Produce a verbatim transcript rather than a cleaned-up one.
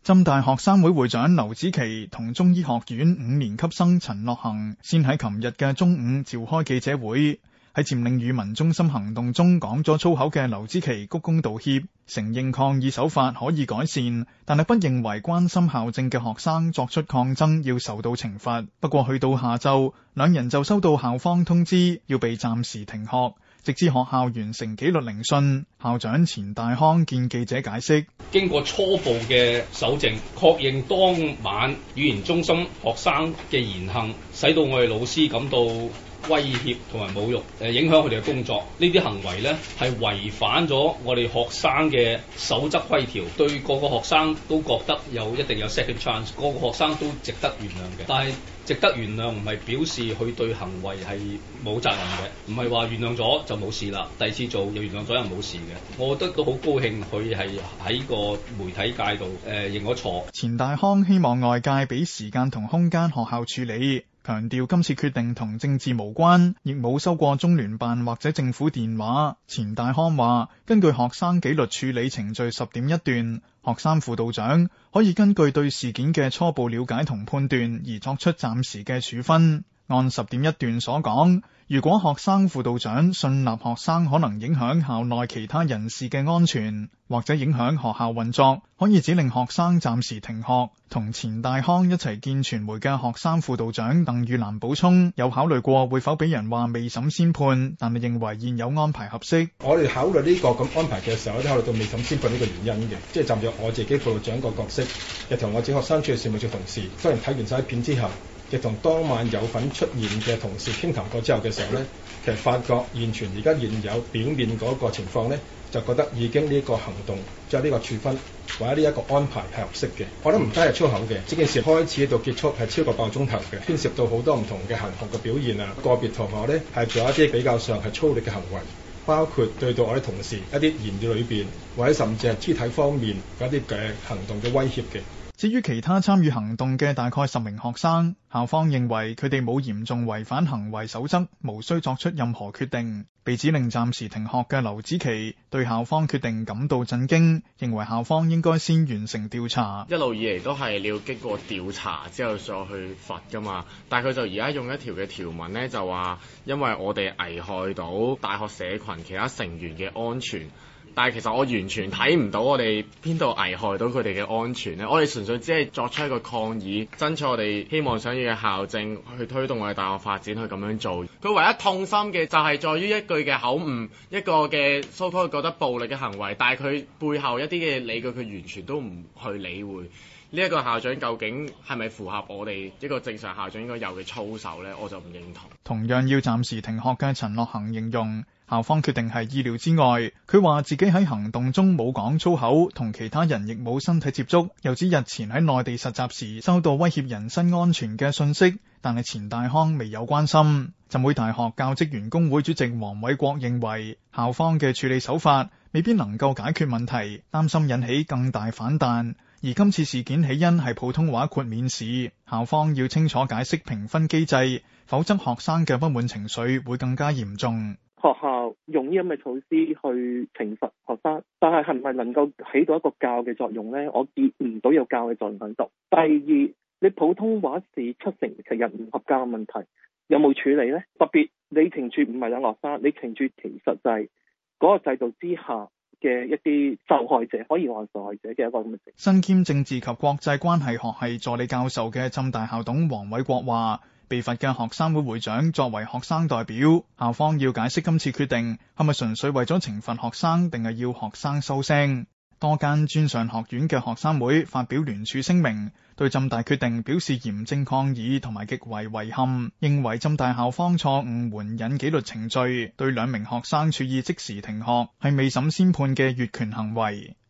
浸大學生會會長劉子琪同中醫學院五年級生陳樂行先喺琴日嘅中午召開記者會，喺佔領語文中心行動中講咗粗口嘅劉子琪鞠躬道歉，承認抗議手法可以改善，但係不認為關心校政嘅學生作出抗爭要受到懲罰。不過去到下晝，兩人就收到校方通知要被暫時停學，直至學校完成紀律聆訊。校長錢大康見記者解釋， 經過初步嘅搜證，確認當晚語言中心學生嘅言行使到我哋老師感到威脅同埋侮辱，誒影響佢哋嘅工作。呢啲行為呢係違反咗我哋學生嘅守則規條，對個個學生都覺得有一定有 second chance， 個個學生都值得原諒嘅。但係值得原諒唔係表示佢對行為係冇責任嘅，唔係話原諒咗就冇事啦，第二次做又原諒咗又冇事嘅。我覺得都好高興佢係喺個媒體界度誒認咗錯。 錢大康希望外界俾時間同空間學校處理，強調今次決定同政治無關，亦冇收過中聯辦或者政府電話。錢大康話，根據學生紀律處理程序十點一段，學生輔導長可以根據對事件嘅初步了解同判斷而作出暫時嘅處分。按十點一段所講，如果學生輔導長信納學生可能影響校內其他人士嘅安全，或者影響學校運作，可以指令學生暫時停學。同錢大康一齊見傳媒嘅學生輔導長鄧宇蘭補充，有考慮過會否俾人話未審先判，但係認為現有安排合適。 我哋考慮呢個咁安排嘅時候，都考慮到未審先判呢個原因嘅，即係站住我自己輔導長個角色，又同我自己學生處理事務處同事，當然睇完晒片之後，亦同當晚有份出現嘅同事傾談過之後嘅時候呢，其實發覺現存而家現有表面嗰個情況呢，就覺得已經呢個行動即係呢個處分或者呢一個安排係合適嘅。我覺得唔單係粗口嘅，呢件事開始到結束係超過八個鐘頭嘅，牽涉到好多唔同嘅行動嘅表現啊。個別同學呢係做一啲比較上係粗劣嘅行為，包括對到我啲同事一啲言語裏邊或者甚至係肢體方面嗰啲嘅行動嘅威脅嘅。 至於其他參與行動嘅大概十名學生，校方認為佢哋冇嚴重違反行為守則，無需作出任何決定。被指令暫時停學嘅劉子琪對校方決定感到震驚，認為校方應該先完成調查。 一路以嚟都係你要經過調查之後再去罰㗎嘛，但係佢就而家用一條嘅條文呢，就話因為我哋危害到大學社群其他成員嘅安全。但係其實我完全睇唔到我哋邊度危害到佢哋嘅安全咧，我哋純粹只係作出一個抗議，爭取我哋希望想要嘅校政去推動我哋大學發展去咁樣做。佢唯一痛心嘅就係在於一句嘅口誤，一個嘅so called覺得暴力嘅行為，但係佢背後一啲嘅理據佢完全都唔去理會。呢一個校長究竟係咪符合我哋一個正常校長應該有嘅操守呢？我就唔認同。 同樣要暫時停學嘅陳樂行形容校方決定係意料之外。佢話自己喺行動中冇講粗口，同其他人亦冇身體接觸。又指日前喺內地實習時收到威脅人身安全嘅信息，但係錢大康未有關心。浸會大學教職員工會主席黃偉國認為校方嘅處理手法未必能夠解決問題，擔心引起更大反彈。而今次事件起因係普通話豁免試，校方要清楚解釋評分機制，否則學生嘅不滿情緒會更加嚴重。 學校用呢咁嘅措施去懲罰學生，但係係唔係能夠起到一個教嘅作用呢？我見唔到有教嘅作用喺度。第二，你普通話試七成其實唔合格嘅問題有冇處理呢？特別你懲處唔係等學生，你懲處其實就係嗰個制度之下嘅一啲受害者，可以話受害者嘅一個咁嘅情況。 身兼政治及國際關係學系助理教授嘅浸大校董黃偉國話，被罰嘅學生會會長作為學生代表，校方要解釋今次決定係咪純粹為咗懲罰學生，定係要學生收聲。多間專上學院嘅學生會發表聯署聲明，對浸大決定表示嚴正抗議同埋極為遺憾，認為浸大校方錯誤援引紀律程序，對兩名學生處以即時停學，係未審先判嘅越權行為。